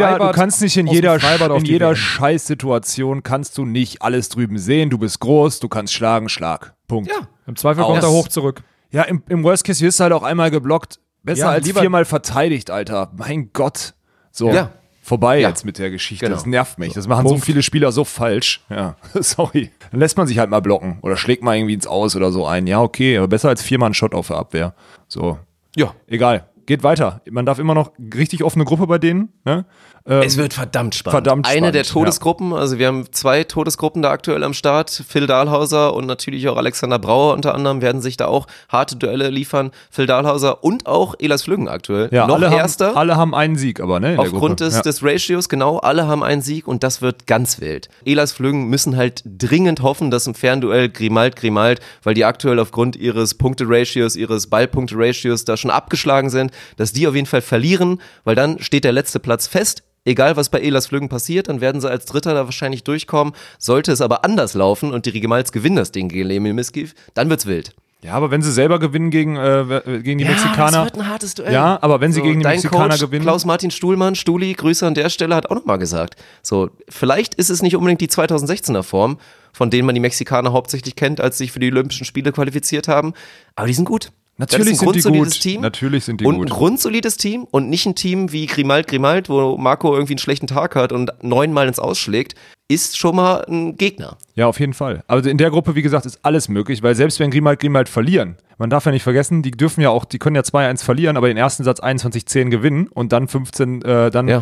jeder Scheißsituation kannst du nicht alles drüben sehen. Du bist groß, du kannst schlagen, Schlag. Punkt. Ja, im Zweifel kommt er hoch zurück. Ja, im Worst Case wirst du halt auch einmal geblockt. Besser als viermal verteidigt, Alter. Mein Gott. So. Ja. Vorbei jetzt mit der Geschichte. Genau. Das nervt mich. Das machen so viele Spieler so falsch. Ja, sorry. Dann lässt man sich halt mal blocken oder schlägt mal irgendwie ins Aus oder so ein. Ja, okay, aber besser als viermal ein Shot auf der Abwehr. So. Ja. Egal. Geht weiter. Man darf immer noch richtig offene Gruppe bei denen. Ne? Es wird verdammt spannend. Eine der Todesgruppen, also wir haben 2 Todesgruppen da aktuell am Start. Phil Dahlhauser und natürlich auch Alexander Brauer unter anderem werden sich da auch harte Duelle liefern. Phil Dahlhauser und auch Elas Flüggen aktuell. Ja, noch Erster. Alle haben einen Sieg, aber ne? Aufgrund des Ratios, genau, alle haben einen Sieg und das wird ganz wild. Elas Flüggen müssen halt dringend hoffen, dass im Fernduell Grimald, weil die aktuell aufgrund ihres Punkte-Ratios, ihres Ballpunkte-Ratios da schon abgeschlagen sind, dass die auf jeden Fall verlieren, weil dann steht der letzte Platz fest. Egal, was bei Elas Flüggen passiert, dann werden sie als Dritter da wahrscheinlich durchkommen. Sollte es aber anders laufen und die Rigemals gewinnen das Ding gegen Emil Miskiv, dann wird's wild. Ja, aber wenn sie selber gewinnen gegen die Mexikaner. Das wird ein hartes Duell. Ja, aber wenn sie gegen die Mexikaner Coach, gewinnen. Klaus-Martin Stuhlmann, Stuli, Grüße an der Stelle, hat auch nochmal gesagt. So, vielleicht ist es nicht unbedingt die 2016er Form, von denen man die Mexikaner hauptsächlich kennt, als sie sich für die Olympischen Spiele qualifiziert haben. Aber die sind gut. Natürlich sind die gut. Natürlich sind die gut. Und ein grundsolides Team und nicht ein Team wie Grimald, wo Marco irgendwie einen schlechten Tag hat und 9-mal ins Ausschlägt, ist schon mal ein Gegner. Ja, auf jeden Fall. Also in der Gruppe, wie gesagt, ist alles möglich, weil selbst wenn Grimald verlieren, man darf ja nicht vergessen, die können ja 2-1 verlieren, aber den ersten Satz 21-10 gewinnen und dann 21-19,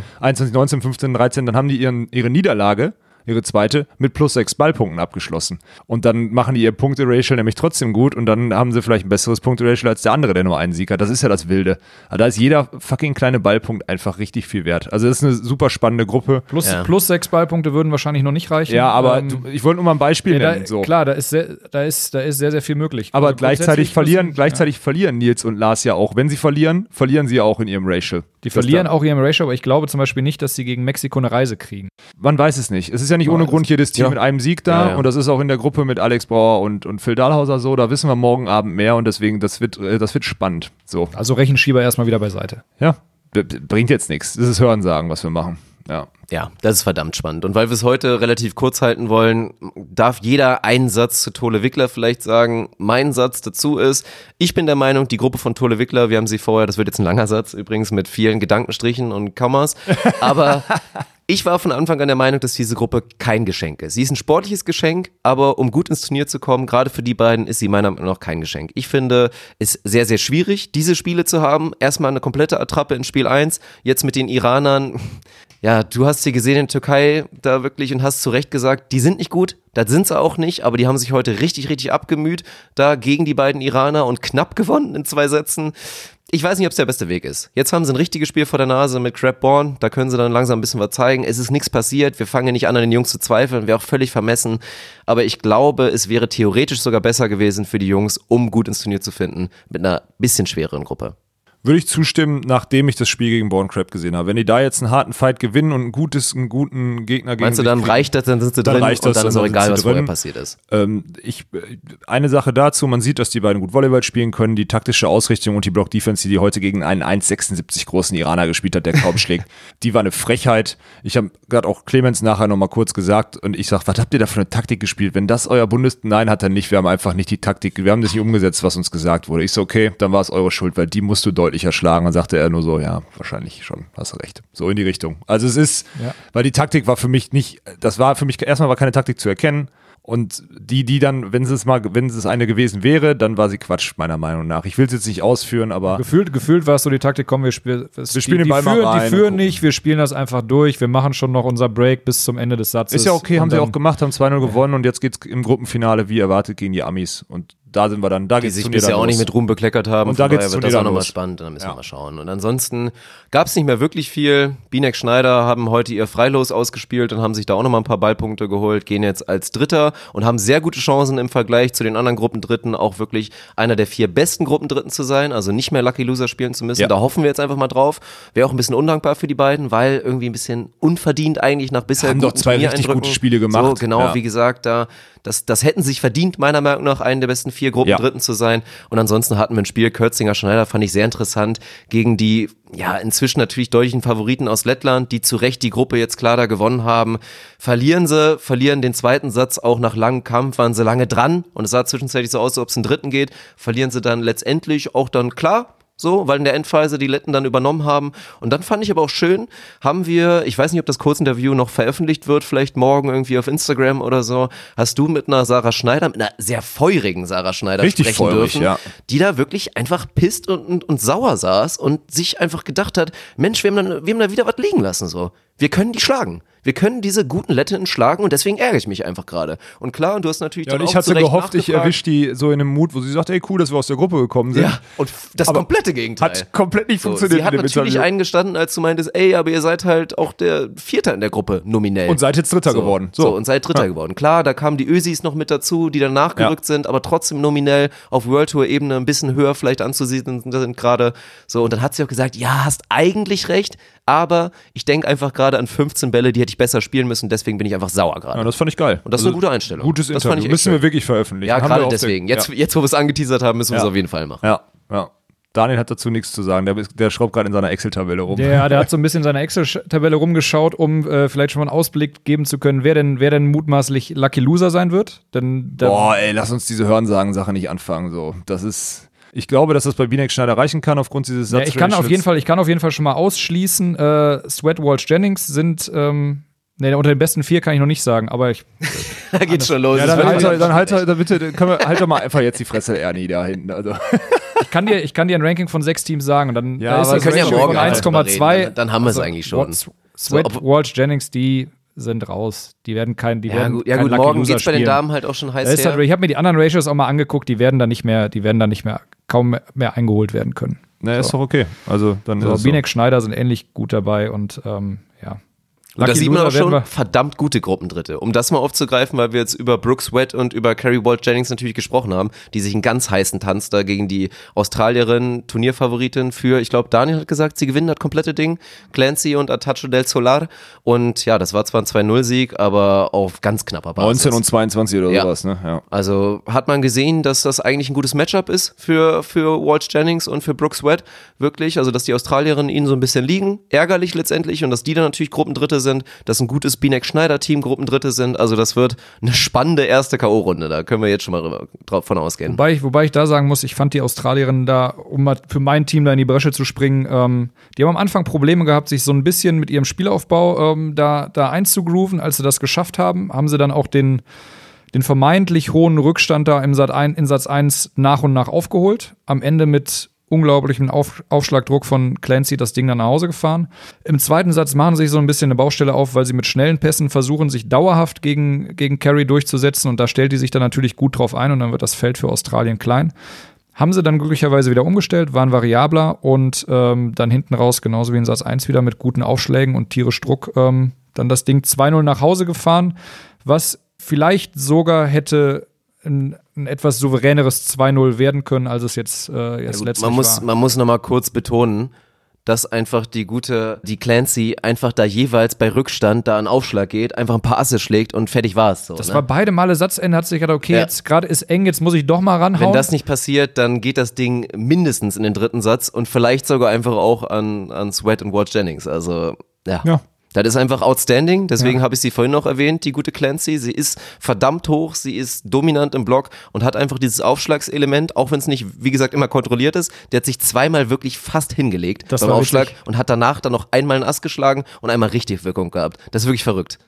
15-13, dann haben die ihre Niederlage, ihre zweite, mit plus 6 Ballpunkten abgeschlossen. Und dann machen die ihr Punkte-Ratio nämlich trotzdem gut und dann haben sie vielleicht ein besseres Punkte-Ratio als der andere, der nur einen Sieg hat. Das ist ja das Wilde. Aber da ist jeder fucking kleine Ballpunkt einfach richtig viel wert. Also das ist eine super spannende Gruppe. Plus 6 Ballpunkte würden wahrscheinlich noch nicht reichen. Ja, aber ich wollte nur mal ein Beispiel nennen. So. Klar, da ist sehr, sehr viel möglich. Aber also gleichzeitig verlieren Nils und Lars ja auch. Wenn sie verlieren sie ja auch in ihrem Ratio. Die verlieren auch in ihrem Ratio, aber ich glaube zum Beispiel nicht, dass sie gegen Mexiko eine Reise kriegen. Man weiß es nicht. Es ist ja nicht ohne Grund jedes Team mit einem Sieg da und das ist auch in der Gruppe mit Alex Brauer und Phil Dahlhauser so. Da wissen wir morgen Abend mehr und deswegen, das wird spannend. So. Also Rechenschieber erstmal wieder beiseite. Ja, bringt jetzt nichts. Das ist Hörensagen, was wir machen. Ja, das ist verdammt spannend. Und weil wir es heute relativ kurz halten wollen, darf jeder einen Satz zu Tole Wickler vielleicht sagen. Mein Satz dazu ist, ich bin der Meinung, die Gruppe von Tole Wickler, wir haben sie vorher, das wird jetzt ein langer Satz übrigens mit vielen Gedankenstrichen und Kommas, aber ich war von Anfang an der Meinung, dass diese Gruppe kein Geschenk ist. Sie ist ein sportliches Geschenk, aber um gut ins Turnier zu kommen, gerade für die beiden, ist sie meiner Meinung nach kein Geschenk. Ich finde es sehr, sehr schwierig, diese Spiele zu haben. Erstmal eine komplette Attrappe in Spiel 1, jetzt mit den Iranern. Ja, du hast sie gesehen in der Türkei da wirklich und hast zu Recht gesagt, die sind nicht gut, das sind sie auch nicht, aber die haben sich heute richtig, richtig abgemüht da gegen die beiden Iraner und knapp gewonnen in 2 Sätzen. Ich weiß nicht, ob es der beste Weg ist. Jetzt haben sie ein richtiges Spiel vor der Nase mit Crabborn, da können sie dann langsam ein bisschen was zeigen. Es ist nichts passiert, wir fangen ja nicht an den Jungs zu zweifeln, wäre auch völlig vermessen, aber ich glaube, es wäre theoretisch sogar besser gewesen für die Jungs, um gut ins Turnier zu finden, mit einer bisschen schwereren Gruppe. Würde ich zustimmen, nachdem ich das Spiel gegen Born Crab gesehen habe. Wenn die da jetzt einen harten Fight gewinnen und einen guten Gegner gegen Meinst du, dann reicht das, dann sind sie drin und dann ist auch egal, was vorher passiert ist? Eine Sache dazu, man sieht, dass die beiden gut Volleyball spielen können, die taktische Ausrichtung und die Block-Defense, die heute gegen einen 1,76 großen Iraner gespielt hat, der kaum schlägt, die war eine Frechheit. Ich habe gerade auch Clemens nachher nochmal kurz gesagt und ich sage, was habt ihr da für eine Taktik gespielt? Wenn das euer Nein, hat er nicht, wir haben einfach nicht die Taktik, wir haben das nicht umgesetzt, was uns gesagt wurde. Ich so, okay, dann war es eure Schuld, weil die musst du deutlich deutlicher schlagen. Dann sagte er nur so, ja, wahrscheinlich schon, hast du recht. So in die Richtung. Also es ist, weil die Taktik war für mich nicht, erstmal war keine Taktik zu erkennen. Und die dann, wenn es eine gewesen wäre, dann war sie Quatsch, meiner Meinung nach. Ich will es jetzt nicht ausführen, aber... Gefühlt war es so die Taktik, komm, wir spielen den Ball mal rein. Die führen nicht, wir spielen das einfach durch, wir machen schon noch unser Break bis zum Ende des Satzes. Ist ja okay, haben sie auch gemacht, haben 2-0 gewonnen und jetzt geht's im Gruppenfinale wie erwartet gegen die Amis. Und da sind wir dann, da geht's die sich bisher auch nicht mit Ruhm bekleckert haben. Und da geht's wird das auch nochmal spannend, dann müssen wir mal schauen. Und ansonsten gab es nicht mehr wirklich viel. Binek Schneider haben heute ihr Freilos ausgespielt und haben sich da auch nochmal ein paar Ballpunkte geholt, gehen jetzt als Dritter und haben sehr gute Chancen im Vergleich zu den anderen Gruppendritten auch wirklich einer der 4 besten Gruppendritten zu sein, also nicht mehr Lucky Loser spielen zu müssen. Da hoffen wir jetzt einfach mal drauf. Wäre auch ein bisschen undankbar für die beiden, weil irgendwie ein bisschen unverdient eigentlich nach bisher haben doch 2 richtig gute Spiele gemacht. So, genau, wie gesagt, das hätten sich verdient, meiner Meinung nach, einen der besten 4 Gruppendritten zu sein. Und ansonsten hatten wir ein Spiel, Kürzinger-Schneider, fand ich sehr interessant, gegen die inzwischen natürlich deutlichen Favoriten aus Lettland, die zu Recht die Gruppe jetzt klar da gewonnen haben. Verlieren den zweiten Satz auch nach langem Kampf, waren sie lange dran und es sah zwischenzeitlich so aus, als ob es einen dritten geht. Verlieren sie dann letztendlich auch dann klar. So, weil in der Endphase die Letten dann übernommen haben. Und dann fand ich aber auch schön, haben wir, ich weiß nicht, ob das Kurzinterview noch veröffentlicht wird, vielleicht morgen irgendwie auf Instagram oder so, hast du mit einer Sarah Schneider, mit einer sehr feurigen Sarah Schneider richtig sprechen feurig, dürfen, die da wirklich einfach pisst und sauer saß und sich einfach gedacht hat, Mensch, wir haben da wieder was liegen lassen, so. Wir können die schlagen. Wir können diese guten Lettinnen schlagen und deswegen ärgere ich mich einfach gerade. Und klar, und du hast natürlich dann auch ich hatte gehofft, ich erwische die so in einem Mut, wo sie sagt, ey, cool, dass wir aus der Gruppe gekommen sind. Ja, und das komplette Gegenteil. Hat komplett nicht funktioniert. Sie hat natürlich eingestanden, als du meintest, ey, aber ihr seid halt auch der Vierter in der Gruppe nominell. Und seid jetzt Dritter geworden. Und seid Dritter geworden. Klar, da kamen die Ösis noch mit dazu, die dann nachgerückt sind, aber trotzdem nominell auf World Tour Ebene ein bisschen höher vielleicht anzusiedeln sind gerade. So, und dann hat sie auch gesagt, ja, hast eigentlich recht, aber ich denke einfach gerade an 15 Bälle, die hätte ich besser spielen müssen, deswegen bin ich einfach sauer gerade. Ja, das fand ich geil. Und das ist eine gute Einstellung. Gutes Interview. Müssen wir wirklich veröffentlichen. Ja, gerade deswegen. Jetzt, wo wir es angeteasert haben, müssen wir es auf jeden Fall machen. Ja. Daniel hat dazu nichts zu sagen. Der schraubt gerade in seiner Excel-Tabelle rum. Ja, der hat so ein bisschen in seiner Excel-Tabelle rumgeschaut, um vielleicht schon mal einen Ausblick geben zu können, wer denn mutmaßlich Lucky Loser sein wird. Lass uns diese Hörensagen-Sache nicht anfangen. So. Das ist... Ich glaube, dass das bei Binek Schneider reichen kann aufgrund dieses Satzes. Ich kann auf jeden Fall schon mal ausschließen, Sweat, Walsh, Jennings sind unter den besten 4 kann ich noch nicht sagen, aber da geht's schon los. Ja, dann halt doch mal einfach jetzt die Fresse, Ernie, da hinten. Also. Ich kann dir ein Ranking von 6 Teams sagen und dann da ist das Ratio von 1,2. Dann haben wir es eigentlich schon. Sweat, Walsh, Jennings, die sind raus. Die werden kein Lucky morgen Loser geht's bei den Damen halt auch schon heiß her. Halt, ich habe mir die anderen Ratios auch mal angeguckt, die werden da nicht mehr kaum mehr eingeholt werden können. Na, ist doch okay. Also dann ist Binek Schneider sind ähnlich gut dabei und Und da sieht man auch schon verdammt gute Gruppendritte. Um das mal aufzugreifen, weil wir jetzt über Brooke Sweat und über Carrie Walsh Jennings natürlich gesprochen haben, die sich einen ganz heißen Tanz da gegen die Australierin, Turnierfavoritin für, ich glaube, Daniel hat gesagt, sie gewinnen das komplette Ding, Clancy und Atacho del Solar. Und ja, das war zwar ein 2-0-Sieg, aber auf ganz knapper Basis. 19 und 22 oder sowas, ne? Ja. Also hat man gesehen, dass das eigentlich ein gutes Matchup ist für Walsh Jennings und für Brooke Sweat. Wirklich, also dass die Australierinnen ihnen so ein bisschen liegen. Ärgerlich letztendlich und dass die dann natürlich Gruppendritte sind, dass ein gutes Binek-Schneider-Team Gruppendritte sind. Also das wird eine spannende erste K.O.-Runde. Da können wir jetzt schon mal von ausgehen. Wobei ich da sagen muss, ich fand die Australierinnen da, um mal für mein Team da in die Bresche zu springen, die haben am Anfang Probleme gehabt, sich so ein bisschen mit ihrem Spielaufbau da einzugrooven. Als sie das geschafft haben, haben sie dann auch den vermeintlich hohen Rückstand da in Satz 1 nach und nach aufgeholt. Am Ende mit unglaublichem Aufschlagdruck von Clancy das Ding dann nach Hause gefahren. Im zweiten Satz machen sie sich so ein bisschen eine Baustelle auf, weil sie mit schnellen Pässen versuchen, sich dauerhaft gegen Carey durchzusetzen und da stellt die sich dann natürlich gut drauf ein und dann wird das Feld für Australien klein. Haben sie dann glücklicherweise wieder umgestellt, waren variabler und dann hinten raus, genauso wie in Satz 1 wieder mit guten Aufschlägen und tierisch Druck, dann das Ding 2-0 nach Hause gefahren, was vielleicht sogar hätte ein etwas souveräneres 2-0 werden können, als es jetzt letztlich war. Man muss nochmal kurz betonen, dass einfach die Clancy einfach da jeweils bei Rückstand da einen Aufschlag geht, einfach ein paar Asse schlägt und fertig war es so. Das war beide Male Satzende, hat sich gedacht, okay, jetzt gerade ist eng, jetzt muss ich doch mal ranhauen. Wenn das nicht passiert, dann geht das Ding mindestens in den dritten Satz und vielleicht sogar einfach auch an Sweat und Walsh Jennings. Also, ja. Das ist einfach outstanding, deswegen habe ich sie vorhin noch erwähnt, die gute Clancy. Sie ist verdammt hoch, sie ist dominant im Block und hat einfach dieses Aufschlagselement, auch wenn es nicht, wie gesagt, immer kontrolliert ist. Der hat sich zweimal wirklich fast hingelegt beim Aufschlag und hat danach dann noch einmal einen Ass geschlagen und einmal richtig Wirkung gehabt. Das ist wirklich verrückt.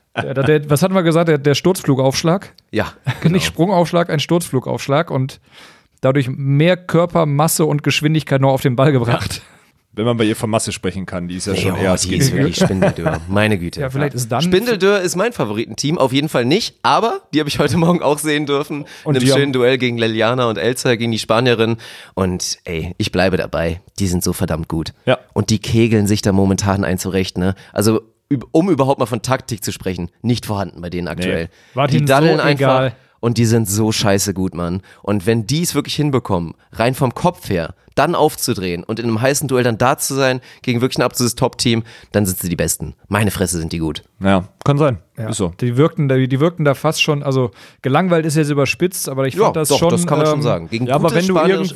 Was hatten wir gesagt? Der Sturzflugaufschlag? Ja, genau. Nicht Sprungaufschlag, ein Sturzflugaufschlag und dadurch mehr Körpermasse und Geschwindigkeit noch auf den Ball gebracht. Wenn man bei ihr von Masse sprechen kann, die ist ja schon eher die ist wirklich Spindeldürr. Meine Güte. Ja, vielleicht ist dann Spindeldürr ist mein Favoritenteam, auf jeden Fall nicht, aber die habe ich heute Morgen auch sehen dürfen. In einem schönen Duell gegen Liliana und Elsa, gegen die Spanierin. Und ich bleibe dabei. Die sind so verdammt gut. Ja. Und die kegeln sich da momentan ein zurecht, ne? Also, um überhaupt mal von Taktik zu sprechen, nicht vorhanden bei denen aktuell. War die denen daddeln so einfach. egal. Und die sind so scheiße gut, Mann. Und wenn die es wirklich hinbekommen, rein vom Kopf her, dann aufzudrehen und in einem heißen Duell dann da zu sein, gegen wirklich ein absolutes Top-Team, dann sind sie die Besten. Meine Fresse sind die gut. Ja, kann sein. Ja. Ist so. Die wirkten da fast schon, also gelangweilt ist jetzt überspitzt, aber ich fand das doch, schon. Das kann man schon sagen. Gegen aber wenn du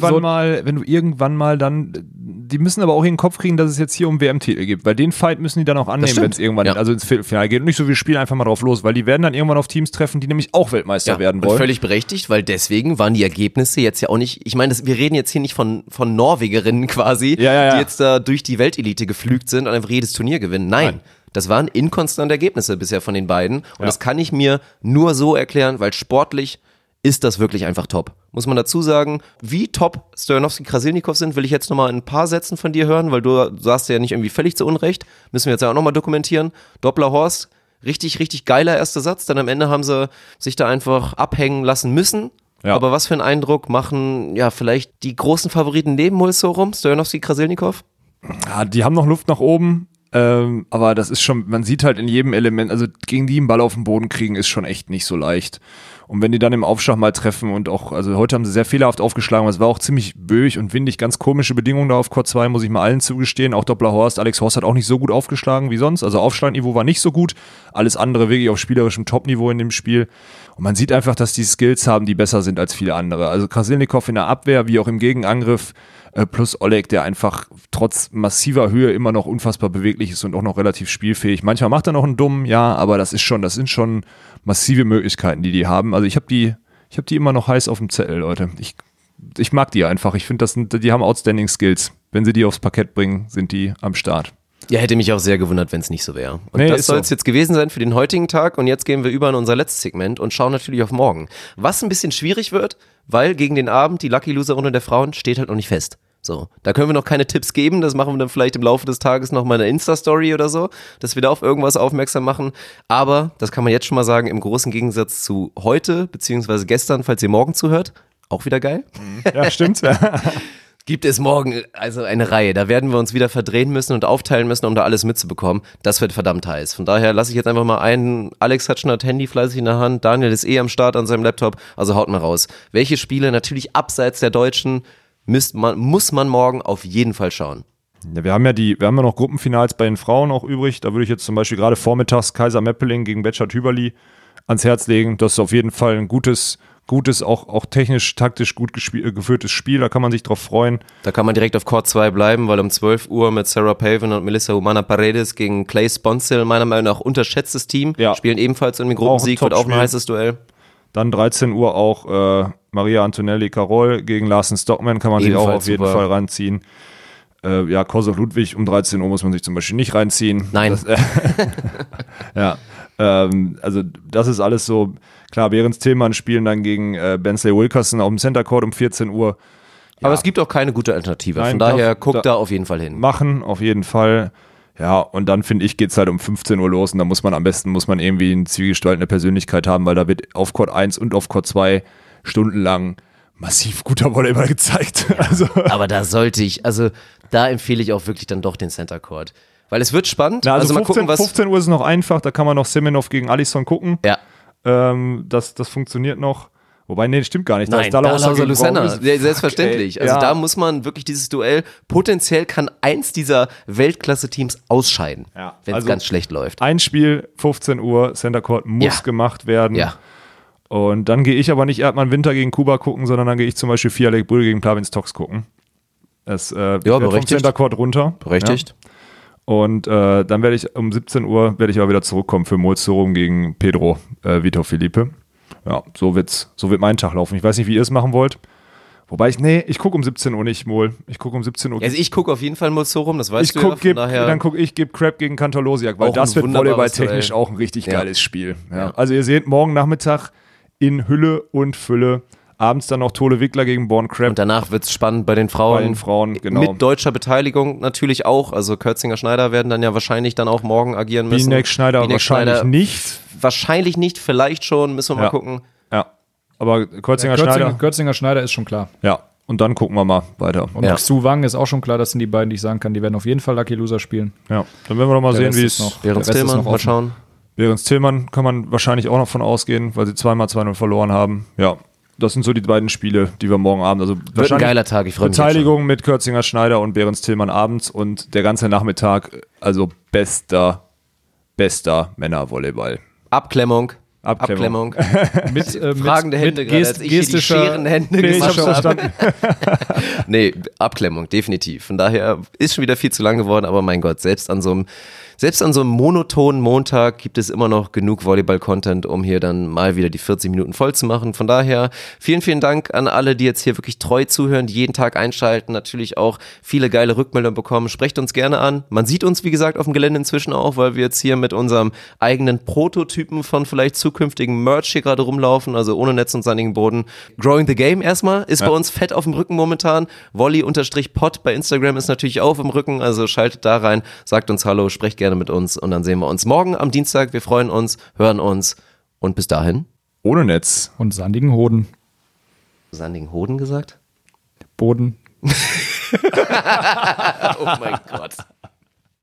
irgendwann mal dann, die müssen aber auch in den Kopf kriegen, dass es jetzt hier um WM-Titel geht, weil den Fight müssen die dann auch annehmen, wenn es irgendwann also ins Viertelfinale geht und nicht so, wir spielen einfach mal drauf los, weil die werden dann irgendwann auf Teams treffen, die nämlich auch Weltmeister werden wollen. Und völlig berechtigt, weil deswegen waren die Ergebnisse jetzt ja auch nicht, ich meine, wir reden jetzt hier nicht von Norwegerinnen quasi, die jetzt da durch die Weltelite geflügt sind und einfach jedes Turnier gewinnen. Nein. Das waren inkonstante Ergebnisse bisher von den beiden. Und das kann ich mir nur so erklären, weil sportlich ist das wirklich einfach top. Muss man dazu sagen, wie top Stojanowski-Krasilnikow sind, will ich jetzt nochmal in ein paar Sätzen von dir hören, weil du sagst ja nicht irgendwie völlig zu Unrecht. Müssen wir jetzt ja auch nochmal dokumentieren. Doppler-Horst, richtig, richtig geiler erster Satz. Dann am Ende haben sie sich da einfach abhängen lassen müssen. Ja. Aber was für einen Eindruck machen vielleicht die großen Favoriten neben Mulso rum, Stojanowski-Krasilnikow? Ja, die haben noch Luft nach oben. Aber das ist schon, man sieht halt in jedem Element, also gegen die einen Ball auf den Boden kriegen, ist schon echt nicht so leicht. Und wenn die dann im Aufschlag mal treffen und auch, also heute haben sie sehr fehlerhaft aufgeschlagen, aber es war auch ziemlich böig und windig, ganz komische Bedingungen da auf Court 2, muss ich mal allen zugestehen. Auch Doppler Horst, Alex Horst hat auch nicht so gut aufgeschlagen wie sonst, also Aufschlagniveau war nicht so gut, alles andere wirklich auf spielerischem Topniveau in dem Spiel. Und man sieht einfach, dass die Skills haben, die besser sind als viele andere. Also Krasilnikow in der Abwehr, wie auch im Gegenangriff, plus Oleg, der einfach trotz massiver Höhe immer noch unfassbar beweglich ist und auch noch relativ spielfähig. Manchmal macht er noch einen dummen, aber das sind schon massive Möglichkeiten, die haben. Also ich habe die immer noch heiß auf dem Zettel, Leute. Ich mag die einfach. Ich finde, die haben outstanding Skills. Wenn sie die aufs Parkett bringen, sind die am Start. Ja, hätte mich auch sehr gewundert, wenn es nicht so wäre. Und das soll es jetzt gewesen sein für den heutigen Tag. Und jetzt gehen wir über in unser letztes Segment und schauen natürlich auf morgen. Was ein bisschen schwierig wird, weil gegen den Abend die Lucky Loser Runde der Frauen steht halt noch nicht fest. So, da können wir noch keine Tipps geben, das machen wir dann vielleicht im Laufe des Tages noch mal eine Insta-Story oder so, dass wir da auf irgendwas aufmerksam machen, aber das kann man jetzt schon mal sagen, im großen Gegensatz zu heute, beziehungsweise gestern, falls ihr morgen zuhört, auch wieder geil. Ja, stimmt. Gibt es morgen also eine Reihe, da werden wir uns wieder verdrehen müssen und aufteilen müssen, um da alles mitzubekommen, das wird verdammt heiß. Von daher lasse ich jetzt einfach mal ein, Alex hat schon das Handy fleißig in der Hand, Daniel ist am Start an seinem Laptop, also haut mal raus. Welche Spiele natürlich abseits der Deutschen muss man morgen auf jeden Fall schauen. Ja, wir haben ja noch Gruppenfinals bei den Frauen auch übrig. Da würde ich jetzt zum Beispiel gerade vormittags Kaiser Meppeling gegen Betschart Hüberli ans Herz legen. Das ist auf jeden Fall ein gutes, auch technisch, taktisch gut geführtes Spiel. Da kann man sich drauf freuen. Da kann man direkt auf Court 2 bleiben, weil um 12 Uhr mit Sarah Pavin und Melissa Humana Paredes gegen Clay Sponsel, meiner Meinung nach unterschätztes Team, spielen ebenfalls in den Gruppensieg, wird auch ein heißes Duell. Dann 13 Uhr auch Maria Antonelli Carol gegen Larsen Stockman, kann man sich auch auf jeden Fall reinziehen. Kosow Ludwig um 13 Uhr muss man sich zum Beispiel nicht reinziehen. Nein. Also das ist alles so, klar, Behrens Tillmann spielen dann gegen Bensley Wilkerson auf dem Center Court um 14 Uhr. Ja. Aber es gibt auch keine gute Alternative, von daher guckt da auf jeden Fall hin. Machen, auf jeden Fall. Ja, und dann finde ich, geht's halt um 15 Uhr los und da muss man irgendwie eine zwiegespaltene Persönlichkeit haben, weil da wird auf Court 1 und auf Court 2 stundenlang massiv guter Volleyball gezeigt. Also. Aber da da empfehle ich auch wirklich dann doch den Center Court. Weil es wird spannend. Na, also mal gucken, 15 Uhr ist noch einfach, da kann man noch Semenov gegen Alisson gucken. Ja. Das funktioniert noch. Wobei, nee, stimmt gar nicht. Nein, da Lucena, selbstverständlich. Also da muss man wirklich dieses Duell, potenziell kann eins dieser Weltklasse-Teams ausscheiden, wenn es ganz schlecht läuft. Ein Spiel, 15 Uhr, Center Court muss gemacht werden. Ja. Und dann gehe ich aber nicht Erdmann Winter gegen Kuba gucken, sondern dann gehe ich zum Beispiel Fialek Brühl gegen Plavins Tox gucken. Das vom Center Court runter. Berechtigt. Ja. Und dann werde ich um 17 Uhr aber wieder zurückkommen für Molzorum gegen Pedro Vitor Felipe. Ja, so wird mein Tag laufen. Ich weiß nicht, wie ihr es machen wollt. Wobei ich gucke um 17 Uhr nicht, Mol. Ich gucke um 17 Uhr. Also ich gucke auf jeden Fall Molzorum, das weißt du ja. Dann gucke ich Crab gegen Kantorlosiak, weil das wird volleyballtechnisch auch ein richtig geiles Spiel. Ja. Also ihr seht, morgen Nachmittag in Hülle und Fülle. Abends dann noch Tole Wickler gegen Born Crab. Und danach wird es spannend bei den Frauen. Genau. Mit deutscher Beteiligung natürlich auch. Also Kürzinger Schneider werden dann ja wahrscheinlich dann auch morgen agieren müssen. Binek Schneider wahrscheinlich nicht. Wahrscheinlich nicht, vielleicht schon, müssen wir mal gucken. Ja, aber Kürzinger Schneider ist schon klar. Ja, und dann gucken wir mal weiter. Und Xu Wang ist auch schon klar, das sind die beiden, die ich sagen kann, die werden auf jeden Fall Lucky Loser spielen. Ja, dann werden wir doch mal sehen, wie es noch. Behrens Tillmann, mal schauen. Behrens Tillmann kann man wahrscheinlich auch noch von ausgehen, weil sie zweimal 2-0 verloren haben. Ja. Das sind so die beiden Spiele, die wir morgen Abend, also wird ein geiler Tag, ich freue mich. Beteiligung mit Kürzinger Schneider und Behrens Tillmann abends und der ganze Nachmittag, also bester Männervolleyball. Abklemmung. Mit fragende Hände gerade, als ich hier die Scherenhände gemacht habe. Nee, Abklemmung, definitiv. Von daher ist schon wieder viel zu lang geworden, aber mein Gott, selbst an so einem monotonen Montag gibt es immer noch genug Volleyball-Content, um hier dann mal wieder die 40 Minuten voll zu machen. Von daher vielen, vielen Dank an alle, die jetzt hier wirklich treu zuhören, die jeden Tag einschalten, natürlich auch viele geile Rückmeldungen bekommen. Sprecht uns gerne an. Man sieht uns, wie gesagt, auf dem Gelände inzwischen auch, weil wir jetzt hier mit unserem eigenen Prototypen von vielleicht zukünftigen Merch hier gerade rumlaufen, also ohne Netz und sandigen Boden. Growing the Game erstmal, ist bei uns fett auf dem Rücken momentan. Volley_pod bei Instagram ist natürlich auch im Rücken, also schaltet da rein, sagt uns Hallo, sprecht gerne mit uns und dann sehen wir uns morgen am Dienstag. Wir freuen uns, hören uns und bis dahin. Ohne Netz. Und sandigen Hoden. Sandigen Hoden gesagt? Boden. Oh mein Gott.